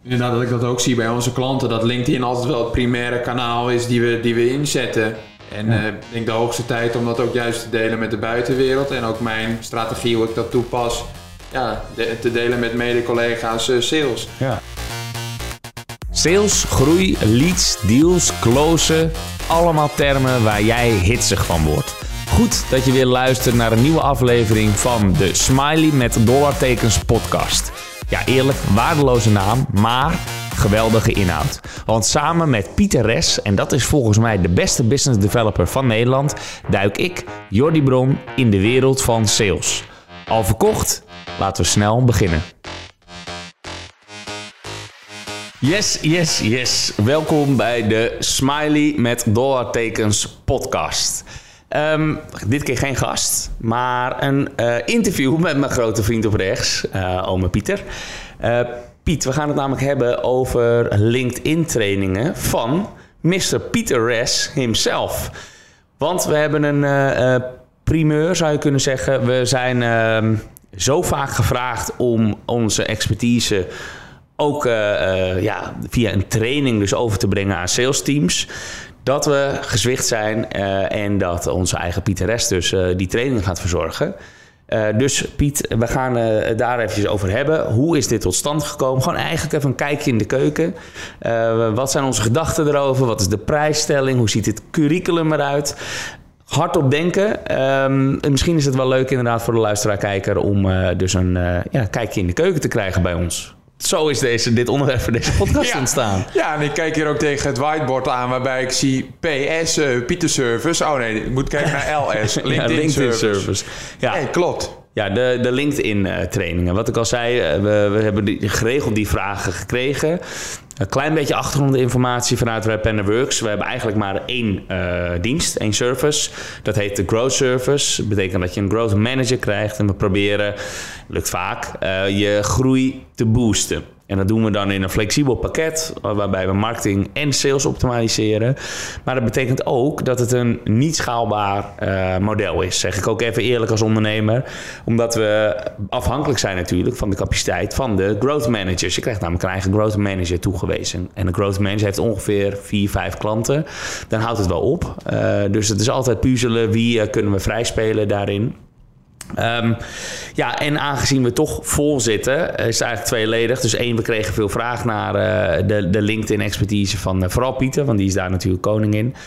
Inderdaad, dat ik dat ook zie bij onze klanten. Dat LinkedIn altijd wel het primaire kanaal is die we inzetten. En ik denk de hoogste tijd om dat ook juist te delen met de buitenwereld. En ook mijn strategie, hoe ik dat toepas, te delen met mede-collega's sales. Ja. Sales, groei, leads, deals, closen. Allemaal termen waar jij hitsig van wordt. Goed dat je weer luistert naar een nieuwe aflevering van de Smiley met dollartekens podcast. Ja, eerlijk, waardeloze naam, maar geweldige inhoud. Want samen met Pieter Res, en dat is volgens mij de beste business developer van Nederland, duik ik, Jordi Bron, in de wereld van sales. Al verkocht? Laten we snel beginnen. Yes. Welkom bij de Smiley met dollartekens podcast. Dit keer geen gast, maar een interview met mijn grote vriend op rechts, ome Pieter. Piet, we gaan het namelijk hebben over LinkedIn trainingen van Mr. Pieter Res himself. Want we hebben een primeur, zou je kunnen zeggen. We zijn zo vaak gevraagd om onze expertise ook via een training dus over te brengen aan sales teams, dat we gezwicht zijn en dat onze eigen Pieter Res dus die training gaat verzorgen. Dus Piet, we gaan het daar eventjes over hebben. Hoe is dit tot stand gekomen? Gewoon eigenlijk even een kijkje in de keuken. Wat zijn onze gedachten erover? Wat is de prijsstelling? Hoe ziet het curriculum eruit? Hardop denken. Misschien is het wel leuk inderdaad voor de luisteraar-kijker om dus een kijkje in de keuken te krijgen bij ons. Zo is dit onderwerp voor deze podcast ontstaan. Ja, en ik kijk hier ook tegen het whiteboard aan waarbij ik zie PS, Pieter Service. Oh nee, ik moet kijken naar LS, LinkedIn Service. Ja, nee, klopt. Ja, de LinkedIn trainingen. Wat ik al zei, we hebben geregeld die vragen gekregen. Een klein beetje achtergrondinformatie vanuit Red Panda Works. We hebben eigenlijk maar één dienst, één service. Dat heet de Growth Service. Dat betekent dat je een Growth Manager krijgt. En we proberen, lukt vaak, je groei te boosten. En dat doen we dan in een flexibel pakket, waarbij we marketing en sales optimaliseren. Maar dat betekent ook dat het een niet schaalbaar model is. Zeg ik ook even eerlijk als ondernemer. Omdat we afhankelijk zijn natuurlijk van de capaciteit van de growth managers. Je krijgt namelijk een eigen growth manager toegewezen. En de growth manager heeft ongeveer 4-5 klanten. Dan houdt het wel op. Dus het is altijd puzzelen. Wie kunnen we vrijspelen daarin? En aangezien we toch vol zitten, is het eigenlijk tweeledig. Dus één, we kregen veel vraag naar de LinkedIn-expertise van vooral Pieter, want die is daar natuurlijk koning in.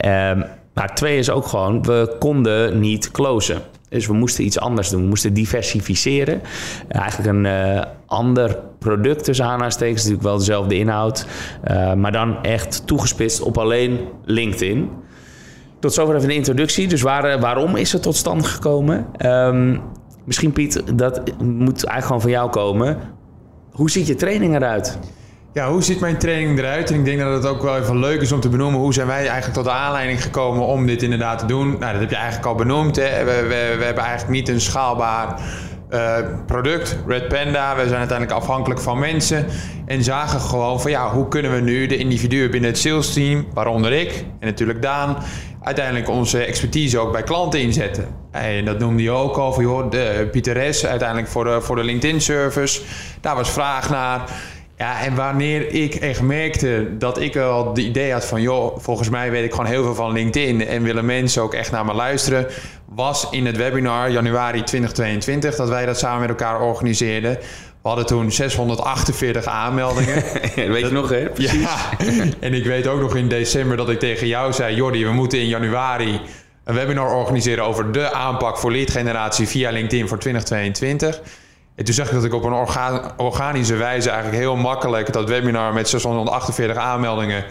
Maar twee is ook gewoon, we konden niet closen. Dus we moesten iets anders doen. We moesten diversificeren. Eigenlijk een ander product tussen aanhalingstekens, natuurlijk wel dezelfde inhoud. Maar dan echt toegespitst op alleen LinkedIn. Tot zover even een introductie. Dus waarom is het tot stand gekomen? Misschien Piet, dat moet eigenlijk gewoon van jou komen. Hoe ziet je training eruit? Ja, hoe ziet mijn training eruit? En ik denk dat het ook wel even leuk is om te benoemen. Hoe zijn wij eigenlijk tot de aanleiding gekomen om dit inderdaad te doen? Nou, dat heb je eigenlijk al benoemd. Hè? We hebben eigenlijk niet een schaalbaar product, Red Panda. We zijn uiteindelijk afhankelijk van mensen. En zagen gewoon van hoe kunnen we nu de individuen binnen het sales team, waaronder ik en natuurlijk Daan, uiteindelijk onze expertise ook bij klanten inzetten. En dat noemde je ook al van de Pieter Res, uiteindelijk voor de LinkedIn service. Daar was vraag naar. Ja, en wanneer ik echt merkte dat ik wel de idee had van volgens mij weet ik gewoon heel veel van LinkedIn en willen mensen ook echt naar me luisteren, was in het webinar januari 2022 dat wij dat samen met elkaar organiseerden. We hadden toen 648 aanmeldingen. Weet je nog, hè? Precies. Ja, en ik weet ook nog in december dat ik tegen jou zei, Jordi, we moeten in januari een webinar organiseren over de aanpak voor leadgeneratie via LinkedIn voor 2022. En toen zag ik dat ik op een organische wijze eigenlijk heel makkelijk dat webinar met 648 aanmeldingen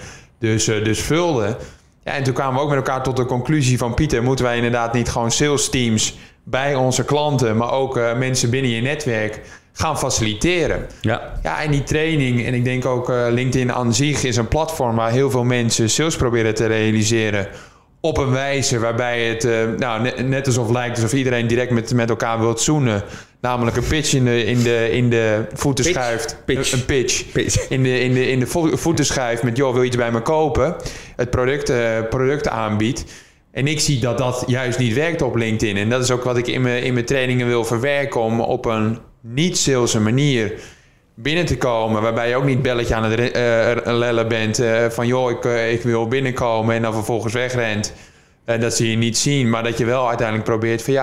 dus vulde. Ja, en toen kwamen we ook met elkaar tot de conclusie van Pieter, moeten wij inderdaad niet gewoon sales teams bij onze klanten, maar ook mensen binnen je netwerk gaan faciliteren. Ja, en die training, en ik denk ook LinkedIn aan zich is een platform waar heel veel mensen sales proberen te realiseren op een wijze waarbij het net alsof lijkt alsof iedereen direct met elkaar wilt zoenen. Namelijk een pitch in de voeten schuift. Een pitch. In de voeten schuift met wil je iets bij me kopen? Het product aanbiedt. En ik zie dat juist niet werkt op LinkedIn. En dat is ook wat ik in mijn trainingen wil verwerken, om op een niet-salese manier binnen te komen. Waarbij je ook niet belletje aan het lellen bent. Van joh, ik wil binnenkomen en dan vervolgens wegrent. Dat ze je niet zien. Maar dat je wel uiteindelijk probeert van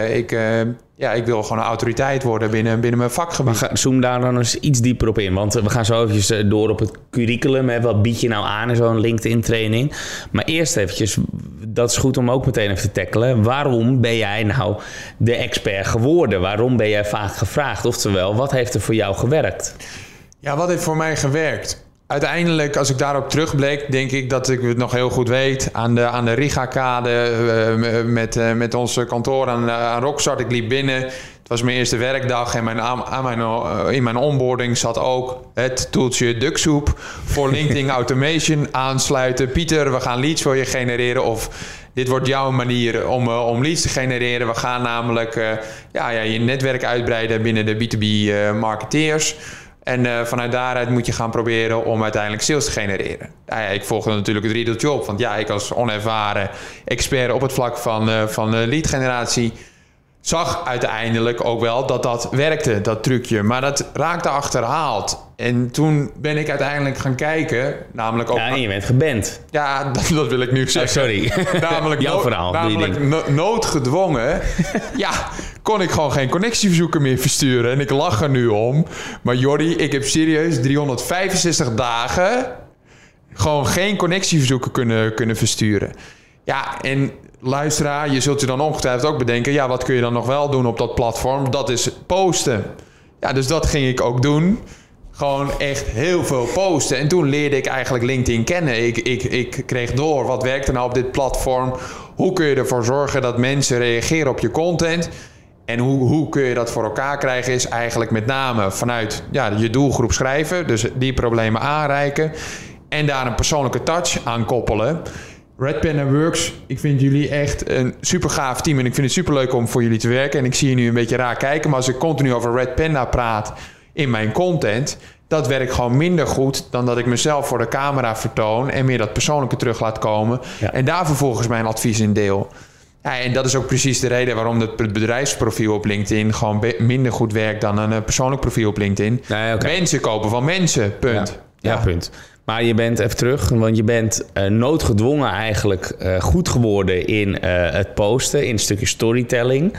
ik wil gewoon een autoriteit worden binnen mijn vakgebied. Maar zoom daar dan eens iets dieper op in. Want we gaan zo eventjes door op het curriculum. Hè. Wat bied je nou aan in zo'n LinkedIn training? Maar eerst eventjes, dat is goed om ook meteen even te tackelen. Waarom ben jij nou de expert geworden? Waarom ben jij vaak gevraagd? Oftewel, wat heeft er voor jou gewerkt? Ja, wat heeft voor mij gewerkt? Uiteindelijk, als ik daarop terugblik, denk ik dat ik het nog heel goed weet. Aan de Rigakade, met onze kantoor aan Rockstart. Ik liep binnen. Het was mijn eerste werkdag en in mijn onboarding zat ook het toeltje Ducksoep voor LinkedIn Automation aansluiten. Pieter, we gaan leads voor je genereren of dit wordt jouw manier om leads te genereren. We gaan namelijk je netwerk uitbreiden binnen de B2B marketeers. En vanuit daaruit moet je gaan proberen om uiteindelijk sales te genereren. Ik volgde natuurlijk het riedeltje op. Want ik als onervaren expert op het vlak van lead generatie zag uiteindelijk ook wel dat werkte, dat trucje. Maar dat raakte achterhaald. En toen ben ik uiteindelijk gaan kijken. Namelijk ook en je bent geband. Ja, dat wil ik nu zeggen. Sorry. Namelijk jouw verhaal. Namelijk noodgedwongen. Kon ik gewoon geen connectieverzoeken meer versturen. En ik lach er nu om. Maar Jordi, ik heb serieus 365 dagen gewoon geen connectieverzoeken kunnen versturen. Ja, en luisteraar, je zult je dan ongetwijfeld ook bedenken, wat kun je dan nog wel doen op dat platform? Dat is posten. Ja, dus dat ging ik ook doen. Gewoon echt heel veel posten. En toen leerde ik eigenlijk LinkedIn kennen. Ik kreeg door, wat werkt er nou op dit platform? Hoe kun je ervoor zorgen dat mensen reageren op je content? En hoe kun je dat voor elkaar krijgen is eigenlijk met name vanuit je doelgroep schrijven. Dus die problemen aanreiken. En daar een persoonlijke touch aan koppelen. Red Panda Works, ik vind jullie echt een super gaaf team. En ik vind het super leuk om voor jullie te werken. En ik zie je nu een beetje raar kijken. Maar als ik continu over Red Panda praat in mijn content, dat werkt gewoon minder goed dan dat ik mezelf voor de camera vertoon en meer dat persoonlijke terug laat komen. Ja. En daar vervolgens mijn advies in deel. Ja, en dat is ook precies de reden waarom het bedrijfsprofiel op LinkedIn gewoon minder goed werkt dan een persoonlijk profiel op LinkedIn. Nee, okay. Mensen kopen van mensen, punt. Ja, punt. Maar je bent even terug, want je bent noodgedwongen eigenlijk goed geworden in het posten, in een stukje storytelling.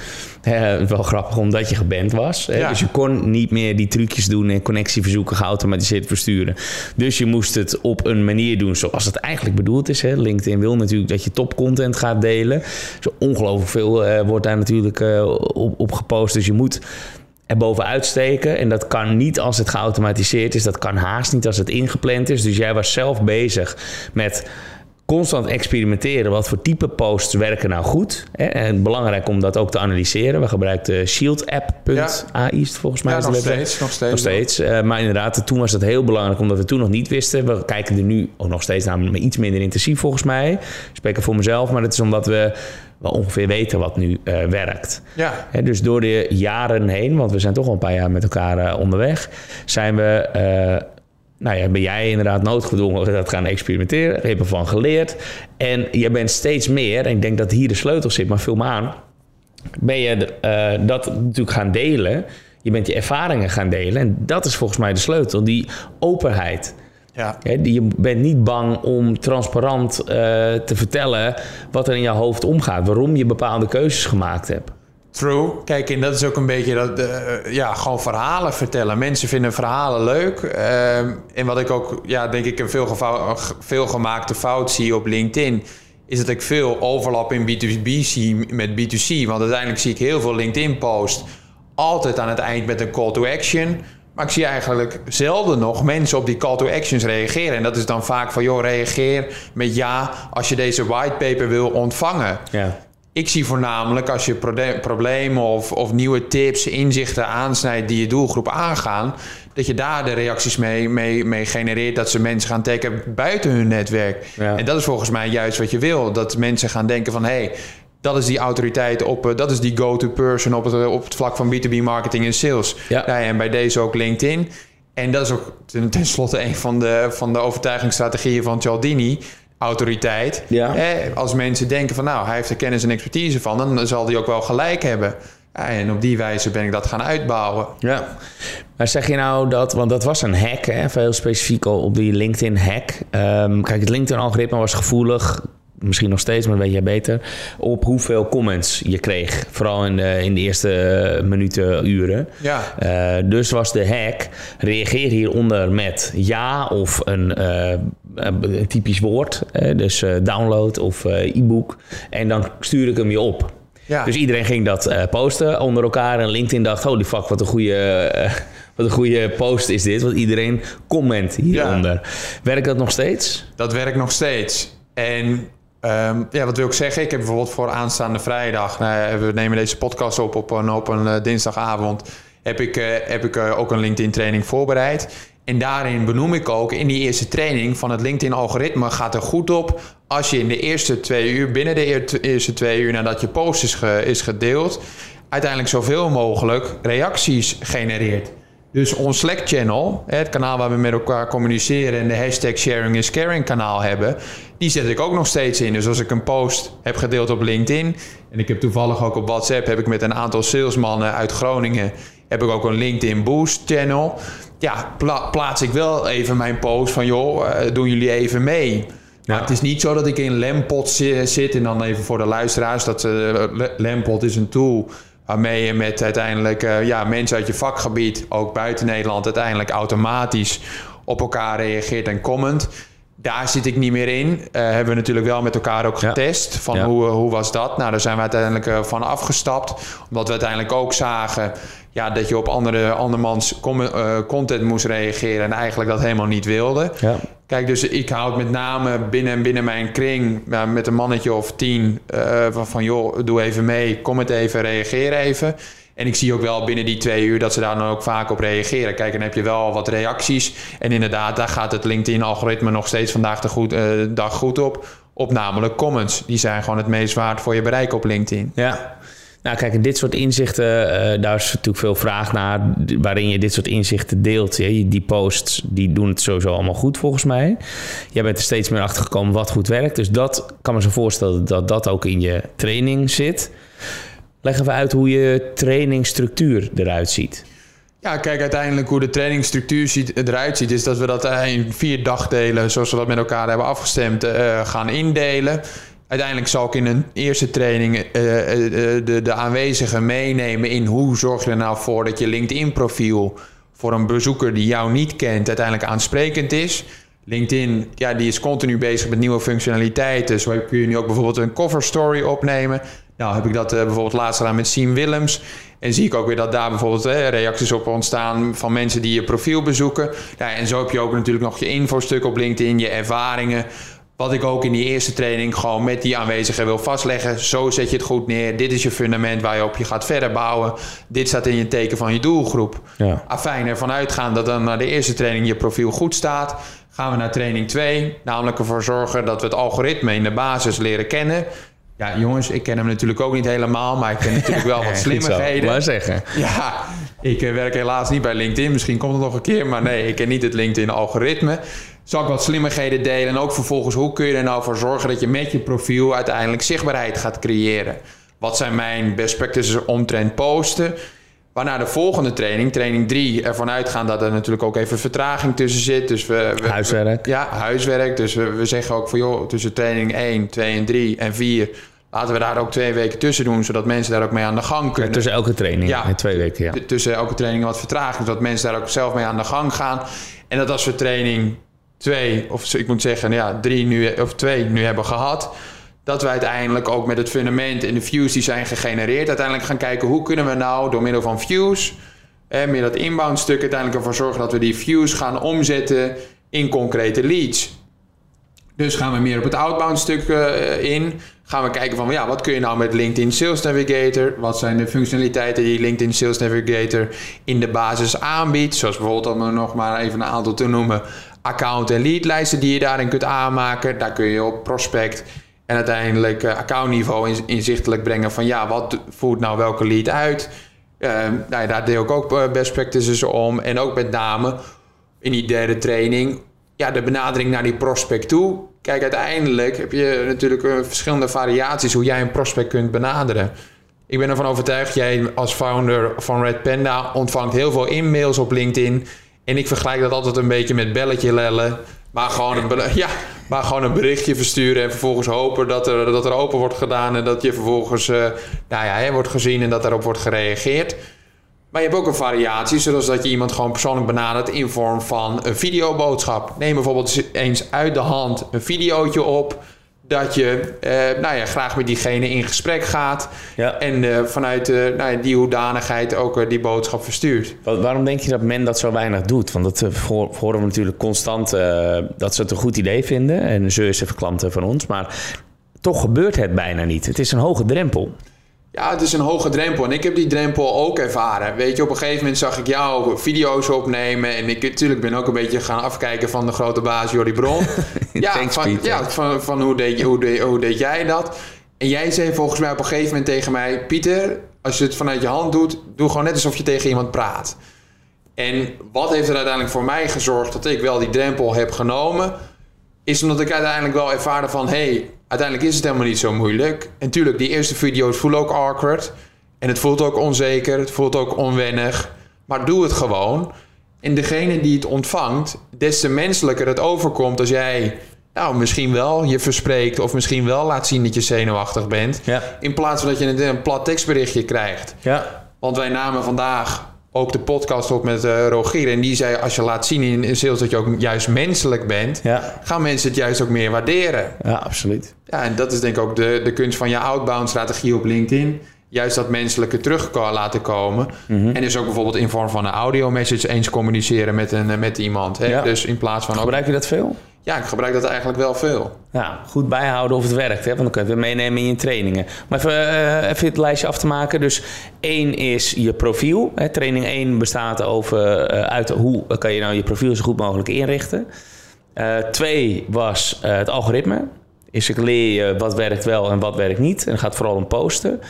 Wel grappig, omdat je geband was. Ja. Dus je kon niet meer die trucjes doen en connectieverzoeken geautomatiseerd versturen. Dus je moest het op een manier doen zoals het eigenlijk bedoeld is. Hè. LinkedIn wil natuurlijk dat je topcontent gaat delen. Zo ongelooflijk veel wordt daar natuurlijk op gepost. Dus je moet er bovenuit steken. En dat kan niet als het geautomatiseerd is. Dat kan haast niet als het ingepland is. Dus jij was zelf bezig met constant experimenteren. Wat voor type posts werken nou goed? En belangrijk om dat ook te analyseren. We gebruikten shieldapp.ai volgens mij. Ja, nog steeds. Maar inderdaad, toen was dat heel belangrijk omdat we toen nog niet wisten. We kijken er nu ook nog steeds naar, maar iets minder intensief volgens mij. Ik spreek er voor mezelf, maar dat is omdat we wel ongeveer weten wat nu werkt. Ja. Dus door de jaren heen, want we zijn toch al een paar jaar met elkaar onderweg, zijn we ben jij inderdaad noodgedwongen dat gaan experimenteren. Je hebt ervan geleerd. En je bent steeds meer, en ik denk dat hier de sleutel zit, maar vul me aan, ben je dat natuurlijk gaan delen. Je bent je ervaringen gaan delen. En dat is volgens mij de sleutel, die openheid. Ja. Je bent niet bang om transparant te vertellen wat er in je hoofd omgaat. Waarom je bepaalde keuzes gemaakt hebt. True. Kijk, en dat is ook een beetje dat, gewoon verhalen vertellen. Mensen vinden verhalen leuk. En wat ik ook, denk ik, een veelgemaakte fout zie op LinkedIn, is dat ik veel overlap in B2B zie met B2C. Want uiteindelijk zie ik heel veel LinkedIn-posts altijd aan het eind met een call to action. Maar ik zie eigenlijk zelden nog mensen op die call to actions reageren. En dat is dan vaak van, reageer met ja als je deze whitepaper wil ontvangen. Ja. Ik zie voornamelijk als je problemen of nieuwe tips, inzichten aansnijdt die je doelgroep aangaan, dat je daar de reacties mee genereert, dat ze mensen gaan taggen buiten hun netwerk. Ja. En dat is volgens mij juist wat je wil. Dat mensen gaan denken van, dat is die autoriteit dat is die go-to person op het vlak van B2B marketing en sales. Ja. En bij deze ook LinkedIn. En dat is ook tenslotte een van de overtuigingsstrategieën van Cialdini. Autoriteit. Ja. Als mensen denken van, hij heeft er kennis en expertise van, dan zal hij ook wel gelijk hebben. Ja, en op die wijze ben ik dat gaan uitbouwen. Ja, maar zeg je nou dat, want dat was een hack, hè, heel specifiek al op die LinkedIn-hack. Kijk, het LinkedIn-algoritme was gevoelig, misschien nog steeds, maar dat weet jij beter, op hoeveel comments je kreeg. Vooral in de eerste minuten, uren. Ja. Dus was de hack, reageer hieronder met ja of een typisch woord. Dus download of e-book. En dan stuur ik hem je op. Ja. Dus iedereen ging dat posten onder elkaar. En LinkedIn dacht, holy fuck, wat een goede post is dit. Want iedereen comment hieronder. Ja. Werkt dat nog steeds? Dat werkt nog steeds. En wat wil ik zeggen? Ik heb bijvoorbeeld voor aanstaande vrijdag... we nemen deze podcast op een dinsdagavond... heb ik ook een LinkedIn training voorbereid. En daarin benoem ik ook in die eerste training... van het LinkedIn-algoritme gaat er goed op... als je in de eerste 2 uur... binnen de eerste 2 uur nadat je post is gedeeld... uiteindelijk zoveel mogelijk reacties genereert. Dus ons Slack-channel, het kanaal waar we met elkaar communiceren... en de hashtag Sharing is Caring kanaal hebben... die zet ik ook nog steeds in. Dus als ik een post heb gedeeld op LinkedIn... en ik heb toevallig ook op WhatsApp... heb ik met een aantal salesmannen uit Groningen... heb ik ook een LinkedIn Boost channel... ja, plaats ik wel even mijn post van... joh, doen jullie even mee... Ja. Maar het is niet zo dat ik in Lempot zit... en dan even voor de luisteraars... dat Lempot is een tool... waarmee je met uiteindelijk mensen uit je vakgebied... ook buiten Nederland uiteindelijk automatisch... op elkaar reageert en comment. Daar zit ik niet meer in. Hebben we natuurlijk wel met elkaar ook getest. Van hoe was dat? Nou, daar zijn we uiteindelijk van afgestapt. Omdat we uiteindelijk ook zagen... ja, dat je op andermans content moest reageren... en eigenlijk dat helemaal niet wilde. Ja. Kijk, dus ik houd met name binnen mijn kring... met een mannetje of 10... van joh, doe even mee, comment even, reageer even... En ik zie ook wel binnen die 2 uur dat ze daar dan ook vaak op reageren. Kijk, dan heb je wel wat reacties. En inderdaad, daar gaat het LinkedIn-algoritme nog steeds vandaag de dag goed op namelijk comments. Die zijn gewoon het meest waard voor je bereik op LinkedIn. Ja. Nou kijk, dit soort inzichten, daar is natuurlijk veel vraag naar... waarin je dit soort inzichten deelt. Die posts, die doen het sowieso allemaal goed volgens mij. Jij bent er steeds meer achter gekomen wat goed werkt. Dus dat kan me zo voorstellen dat dat ook in je training zit... Leg even uit hoe je trainingsstructuur eruit ziet. Ja, kijk, uiteindelijk hoe de trainingsstructuur eruit ziet... is dat we dat in 4 dagdelen, zoals we dat met elkaar hebben afgestemd... gaan indelen. Uiteindelijk zal ik in een eerste training de aanwezigen meenemen... in hoe zorg je er nou voor dat je LinkedIn-profiel... voor een bezoeker die jou niet kent uiteindelijk aansprekend is... LinkedIn, ja, die is continu bezig met nieuwe functionaliteiten. Zo kun je nu ook bijvoorbeeld een cover story opnemen... Nou, heb ik dat bijvoorbeeld laatst gedaan met Siem Willems. En zie ik ook weer dat daar bijvoorbeeld reacties op ontstaan... van mensen die je profiel bezoeken. Ja, en zo heb je ook natuurlijk nog je infostuk op LinkedIn, je ervaringen. Wat ik ook in die eerste training gewoon met die aanwezigen wil vastleggen. Zo zet je het goed neer. Dit is je fundament waar je op je gaat verder bouwen. Dit staat in je teken van je doelgroep. Ja. Afijn, ervan uitgaan dat dan na de eerste training je profiel goed staat... gaan we naar training 2. Namelijk ervoor zorgen dat we het algoritme in de basis leren kennen... Ja, jongens, ik ken hem natuurlijk ook niet helemaal... maar ik ken natuurlijk wel wat slimmigheden. Maar zeggen. Ja, ik werk helaas niet bij LinkedIn. Misschien komt het nog een keer, maar nee, ik ken niet het LinkedIn-algoritme. Zal ik wat slimmigheden delen en ook vervolgens... hoe kun je er nou voor zorgen dat je met je profiel... uiteindelijk zichtbaarheid gaat creëren? Wat zijn mijn best practices omtrent posten? Waarna de volgende training 3, ervan uitgaan dat er natuurlijk ook even vertraging tussen zit. Dus huiswerk. Huiswerk. Dus we zeggen ook van joh, tussen training 1, 2 en 3 en 4... laten we daar ook 2 weken tussen doen, zodat mensen daar ook mee aan de gang kunnen. Ja, tussen elke training, 2 weken, ja. Tussen elke training wat vertraging, zodat mensen daar ook zelf mee aan de gang gaan. En dat als we training 2, of ik moet zeggen, 3 nu, of 2 nu hebben gehad... dat we uiteindelijk ook met het fundament en de views die zijn gegenereerd... uiteindelijk gaan kijken hoe kunnen we nou door middel van views... meer dat inbound stuk uiteindelijk ervoor zorgen... dat we die views gaan omzetten in concrete leads. Dus gaan we meer op het outbound stuk in. Gaan we kijken van wat kun je nou met LinkedIn Sales Navigator? Wat zijn de functionaliteiten die LinkedIn Sales Navigator in de basis aanbiedt? Zoals bijvoorbeeld, om er nog maar even een aantal te noemen... account- en leadlijsten die je daarin kunt aanmaken. Daar kun je op prospect... en uiteindelijk accountniveau inzichtelijk brengen van wat voert nou welke lead uit. Daar deel ik ook best practices om. En ook met name in die derde training de benadering naar die prospect toe. Kijk, uiteindelijk heb je natuurlijk verschillende variaties hoe jij een prospect kunt benaderen. Ik ben ervan overtuigd, jij als founder van Red Panda ontvangt heel veel e-mails op LinkedIn. En ik vergelijk dat altijd een beetje met belletje lellen. Maar gewoon een berichtje versturen en vervolgens hopen dat er open wordt gedaan. En dat je vervolgens wordt gezien en dat daarop wordt gereageerd. Maar je hebt ook een variatie, zoals dat je iemand gewoon persoonlijk benadert in vorm van een videoboodschap. Neem bijvoorbeeld eens uit de hand een videootje op. Dat je graag met diegene in gesprek gaat. Ja. En vanuit die hoedanigheid ook die boodschap verstuurt. Waarom denk je dat men dat zo weinig doet? Want dat horen we natuurlijk constant dat ze het een goed idee vinden. En ze is even klanten van ons. Maar toch gebeurt het bijna niet. Het is een hoge drempel. Ja, het is een hoge drempel. En ik heb die drempel ook ervaren. Weet je, op een gegeven moment zag ik jou video's opnemen. En ik natuurlijk ben ook een beetje gaan afkijken van de grote baas Jordi Bron. Van hoe deed jij dat? En jij zei volgens mij op een gegeven moment tegen mij... Pieter, als je het vanuit je hand doet, doe gewoon net alsof je tegen iemand praat. En wat heeft er uiteindelijk voor mij gezorgd dat ik wel die drempel heb genomen... is omdat ik uiteindelijk wel ervaarde van... uiteindelijk is het helemaal niet zo moeilijk. En tuurlijk, die eerste video's voelen ook awkward. En het voelt ook onzeker, het voelt ook onwennig. Maar doe het gewoon. En degene die het ontvangt, des te menselijker het overkomt als jij... misschien wel je verspreekt of misschien wel laat zien dat je zenuwachtig bent. Ja. In plaats van dat je een plat tekstberichtje krijgt. Ja. Want wij namen vandaag ook de podcast op met Rogier. En die zei, als je laat zien in sales dat je ook juist menselijk bent... gaan mensen het juist ook meer waarderen. Ja, absoluut. Ja, en dat is denk ik ook de kunst van je outbound strategie op LinkedIn. Juist dat menselijke terug laten komen. Mm-hmm. En dus ook bijvoorbeeld in vorm van een audio message eens communiceren met iemand. Hè? Ja. Dus in plaats van... Gebruik je dat veel? Ja, ik gebruik dat eigenlijk wel veel. Ja, goed bijhouden of het werkt. Hè? Want dan kun je het weer meenemen in je trainingen. Maar even het lijstje af te maken. Dus 1 is je profiel. Hè? Training 1 bestaat uit hoe kan je nou je profiel zo goed mogelijk inrichten. 2 was het algoritme. Ik leer je wat werkt wel en wat werkt niet. En dat gaat vooral om posten.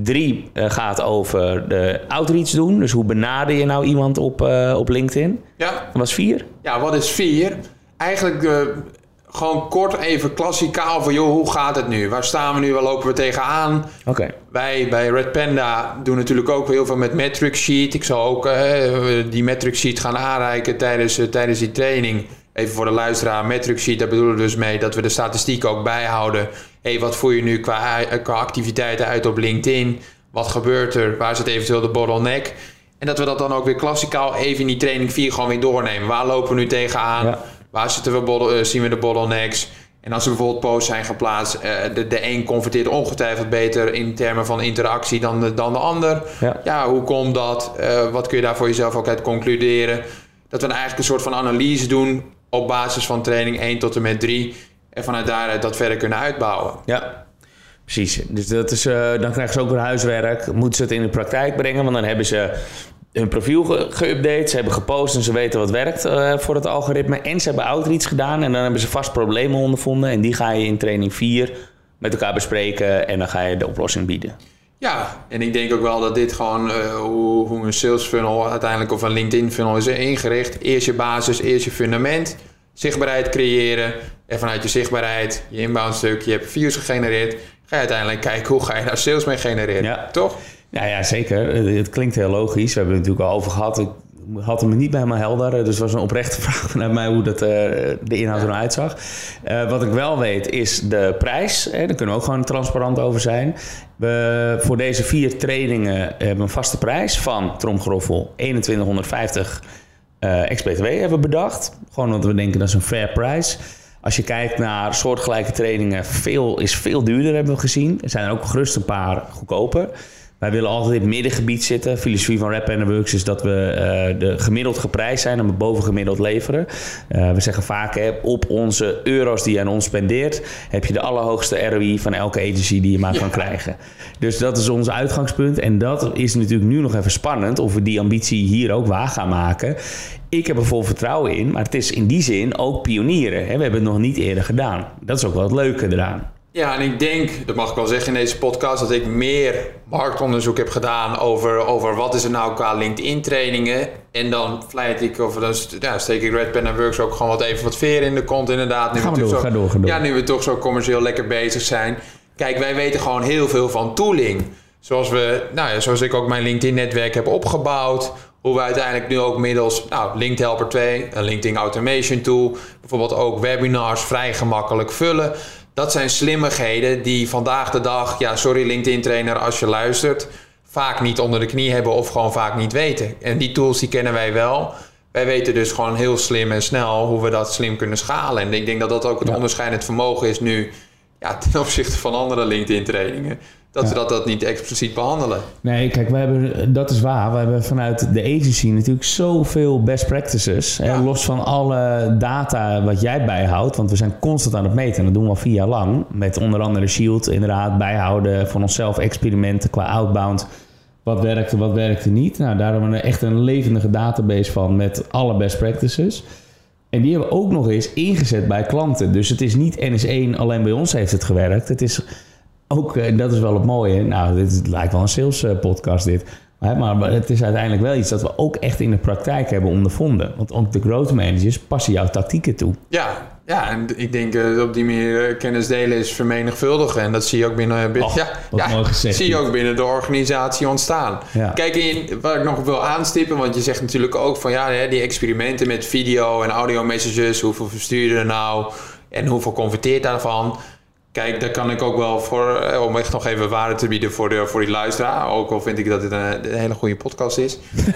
3 gaat over de outreach doen. Dus hoe benader je nou iemand op LinkedIn? Ja. Dat was 4. Ja, wat is 4? Eigenlijk gewoon kort even klassikaal van... hoe gaat het nu? Waar staan we nu? Waar lopen we tegenaan? Okay. Wij bij Red Panda doen natuurlijk ook heel veel met Metric Sheet. Ik zal ook die Metric Sheet gaan aanreiken tijdens die training... Even voor de luisteraar, Metric Sheet, daar bedoelen we dus mee dat we de statistieken ook bijhouden. Wat voer je nu qua activiteiten uit op LinkedIn? Wat gebeurt er? Waar zit eventueel de bottleneck? En dat we dat dan ook weer klassikaal even in die training 4 gewoon weer doornemen. Waar lopen we nu tegenaan? Ja. Waar zien we de bottlenecks? En als er bijvoorbeeld posts zijn geplaatst, de een converteert ongetwijfeld beter in termen van interactie dan de ander. Ja, hoe komt dat? Wat kun je daar voor jezelf ook uit concluderen? Dat we eigenlijk een soort van analyse doen op basis van training 1 tot en met 3. En vanuit daaruit dat verder kunnen uitbouwen. Ja, precies. Dus dat is, dan krijgen ze ook weer huiswerk. Moeten ze het in de praktijk brengen? Want dan hebben ze hun profiel geüpdate. Ze hebben gepost en ze weten wat werkt voor het algoritme. En ze hebben outreach gedaan. En dan hebben ze vast problemen ondervonden. En die ga je in training 4 met elkaar bespreken. En dan ga je de oplossing bieden. Ja, en ik denk ook wel dat dit gewoon hoe een sales funnel uiteindelijk of een LinkedIn funnel is ingericht. Eerst je basis, eerst je fundament. Zichtbaarheid creëren. En vanuit je zichtbaarheid, je inbound stuk, je hebt views gegenereerd. Ga je uiteindelijk kijken hoe ga je daar sales mee genereren. Ja. Toch? Ja, zeker. Het klinkt heel logisch. We hebben het natuurlijk al over gehad. Ik had hem niet helemaal helder. Dus het was een oprechte vraag vanuit mij hoe dat, de inhoud er nou uitzag. Wat ik wel weet is de prijs. Daar kunnen we ook gewoon transparant over zijn. We voor deze 4 trainingen hebben een vaste prijs van tromgeroffel 2150 ex-BTW hebben we bedacht. Gewoon omdat we denken dat is een fair prijs. Als je kijkt naar soortgelijke trainingen, is veel duurder hebben we gezien. Er zijn er ook gerust een paar goedkoper. Wij willen altijd in het middengebied zitten. Filosofie van Red Panda Works is dat we de gemiddeld geprijsd zijn en we bovengemiddeld leveren. We zeggen vaak, op onze euro's die je aan ons spendeert, heb je de allerhoogste ROI van elke agency die je maar kan krijgen. Dus dat is ons uitgangspunt. En dat is natuurlijk nu nog even spannend of we die ambitie hier ook waar gaan maken. Ik heb er vol vertrouwen in, maar het is in die zin ook pionieren. We hebben het nog niet eerder gedaan. Dat is ook wel het leuke eraan. Ja, en ik denk, dat mag ik wel zeggen in deze podcast, dat ik meer marktonderzoek heb gedaan over wat is er nou qua LinkedIn trainingen. En dan vlijt ik, of dan steek ik Red Panda Works ook gewoon wat veer in de kont inderdaad. Ga door. Ja, nu we toch zo commercieel lekker bezig zijn. Kijk, wij weten gewoon heel veel van tooling. zoals ik ook mijn LinkedIn-netwerk heb opgebouwd. Hoe we uiteindelijk nu ook middels LinkedIn Helper 2, een LinkedIn Automation Tool, bijvoorbeeld ook webinars vrij gemakkelijk vullen. Dat zijn slimmigheden die vandaag de dag, sorry LinkedIn trainer als je luistert, vaak niet onder de knie hebben of gewoon vaak niet weten. En die tools die kennen wij wel. Wij weten dus gewoon heel slim en snel hoe we dat slim kunnen schalen. En ik denk dat dat ook het onderscheidend vermogen is nu ten opzichte van andere LinkedIn trainingen. Dat we dat niet expliciet behandelen. Nee, kijk, dat is waar. We hebben vanuit de agency natuurlijk zoveel best practices. Ja. Los van alle data wat jij bijhoudt. Want we zijn constant aan het meten. En dat doen we al 4 jaar lang. Met onder andere Shield inderdaad bijhouden van onszelf experimenten qua outbound. Wat werkte niet. Nou, daar hebben we echt een levendige database van met alle best practices. En die hebben we ook nog eens ingezet bij klanten. Dus het is niet NS1 alleen bij ons heeft het gewerkt. Het is ook, dat is wel het mooie. Nou, dit lijkt wel een sales podcast dit. Maar het is uiteindelijk wel iets dat we ook echt in de praktijk hebben ondervonden. Want ook de growth managers passen jouw tactieken toe. Ja, en ik denk op die manier kennis delen is vermenigvuldigen. En dat zie je ook binnen zie je ook binnen de organisatie ontstaan. Ja. Kijk, wat ik nog wil aanstippen, want je zegt natuurlijk ook van die experimenten met video en audio messages, hoeveel verstuur je er nou en hoeveel converteert daarvan? Kijk, daar kan ik ook wel voor, om echt nog even waarde te bieden voor die luisteraar. Ook al vind ik dat dit een hele goede podcast is.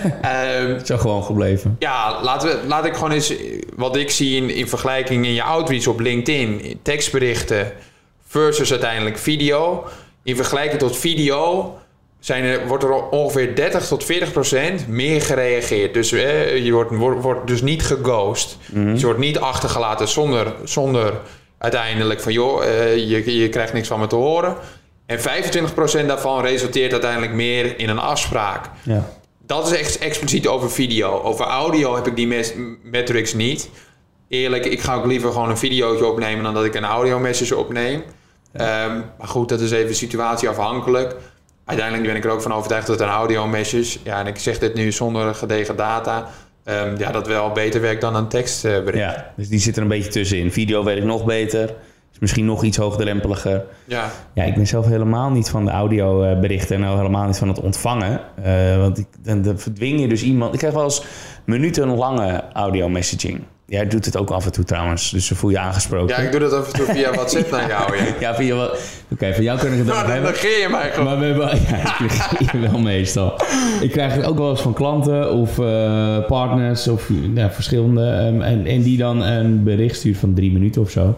Zo gewoon gebleven. Ja, laat ik gewoon eens wat ik zie in vergelijking in je outreach op LinkedIn. Tekstberichten versus uiteindelijk video. In vergelijking tot video wordt er ongeveer 30-40% meer gereageerd. Dus je wordt dus niet geghost. Mm-hmm. Dus je wordt niet achtergelaten zonder uiteindelijk van je krijgt niks van me te horen. En 25% daarvan resulteert uiteindelijk meer in een afspraak. Ja. Dat is echt expliciet over video. Over audio heb ik die metrics niet. Eerlijk, ik ga ook liever gewoon een videootje opnemen dan dat ik een audio message opneem. Ja. Maar goed, dat is even situatieafhankelijk. Uiteindelijk ben ik er ook van overtuigd dat een audio message, en ik zeg dit nu zonder gedegen data, dat wel beter werkt dan een tekstbericht. Ja, dus die zit er een beetje tussenin. Video werkt nog beter. Is misschien nog iets hoogdrempeliger. Ja, ik ben zelf helemaal niet van de audioberichten en helemaal niet van het ontvangen. Want dan verdwing je dus iemand. Ik krijg wel eens minutenlange audio messaging. Jij doet het ook af en toe trouwens, dus ze voel je aangesproken. Ja, ik doe dat af en toe via WhatsApp naar jou. Ja, via wat. Oké, van jou kan ik het ook hebben. Dan negeer je mij gewoon. Maar we hebben, ik negeer je wel meestal. Ik krijg het ook wel eens van klanten of partners of verschillende. En die dan een bericht stuurt van 3 minuten of zo.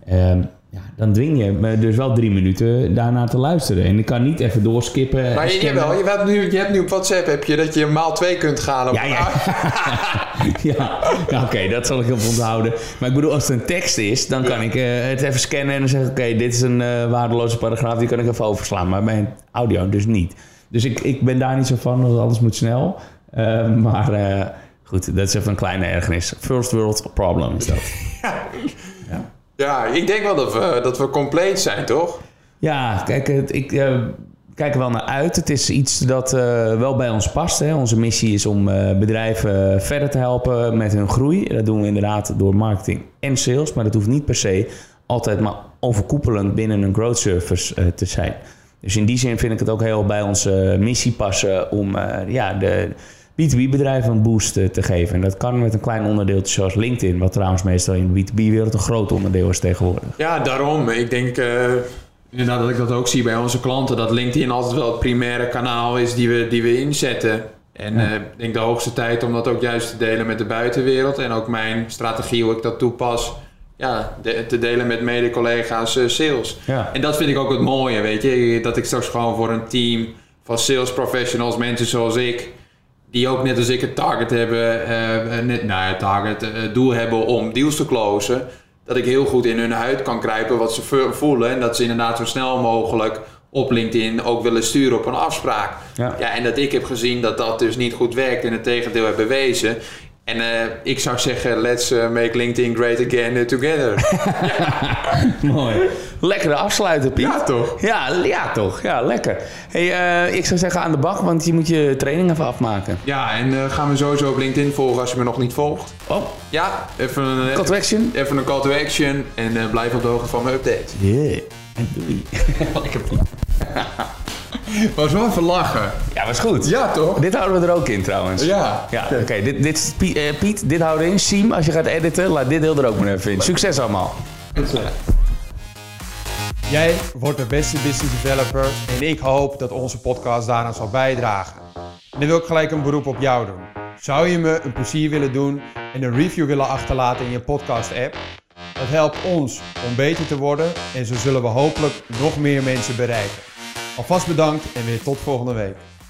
Dan dwing je me dus wel 3 minuten daarna te luisteren. En ik kan niet even doorskippen. Maar je hebt nu op WhatsApp dat je maal 2 kunt gaan. Oké, dat zal ik even onthouden. Maar ik bedoel, als het een tekst is, dan kan ik het even scannen en dan zeg ik, oké, dit is een waardeloze paragraaf, die kan ik even overslaan. Maar bij audio dus niet. Dus ik ben daar niet zo van, want alles moet snel. Maar goed, dat is even een kleine ergernis. First world problem is dat. Ja, ik denk wel dat we compleet zijn, toch? Ja, kijk, ik kijk er wel naar uit. Het is iets dat wel bij ons past. Hè. Onze missie is om bedrijven verder te helpen met hun groei. Dat doen we inderdaad door marketing en sales. Maar dat hoeft niet per se altijd maar overkoepelend binnen een growth service te zijn. Dus in die zin vind ik het ook heel bij onze missie passen om de B2B-bedrijven een boost te geven. En dat kan met een klein onderdeeltje zoals LinkedIn, wat trouwens meestal in de B2B-wereld een groot onderdeel is tegenwoordig. Ja, daarom. Ik denk inderdaad dat ik dat ook zie bij onze klanten, dat LinkedIn altijd wel het primaire kanaal is die we inzetten. En ik denk de hoogste tijd om dat ook juist te delen met de buitenwereld. En ook mijn strategie, hoe ik dat toepas, te delen met mede-collega's sales. Ja. En dat vind ik ook het mooie, weet je. Dat ik straks gewoon voor een team van sales professionals, mensen zoals ik, die ook net als ik het target hebben, doel hebben om deals te closen, dat ik heel goed in hun huid kan kruipen wat ze voelen en dat ze inderdaad zo snel mogelijk op LinkedIn ook willen sturen op een afspraak. Ja, en dat ik heb gezien dat dat dus niet goed werkt en het tegendeel heb bewezen. En ik zou zeggen, let's make LinkedIn great again together. Mooi. Lekkere afsluiten, Piet. Ja, toch? Ja, toch. Ja, lekker. Hey, ik zou zeggen aan de bak, want je moet je training even afmaken. Ja, en ga me sowieso op LinkedIn volgen als je me nog niet volgt. Oh. Ja, even een call to action. Even een call to action en blijf op de hoogte van mijn update. Yeah. En doei. Lekker, Piet. Was wel even lachen. Ja, was goed. Ja, toch? Dit houden we er ook in trouwens. Ja. Oké, dit is Piet, dit houden we in. Siem, als je gaat editen, laat dit deel er ook maar even in. Succes allemaal. Jij wordt de beste business developer en ik hoop dat onze podcast daaraan zal bijdragen. En dan wil ik gelijk een beroep op jou doen. Zou je me een plezier willen doen en een review willen achterlaten in je podcast app? Dat helpt ons om beter te worden en zo zullen we hopelijk nog meer mensen bereiken. Alvast bedankt en weer tot volgende week.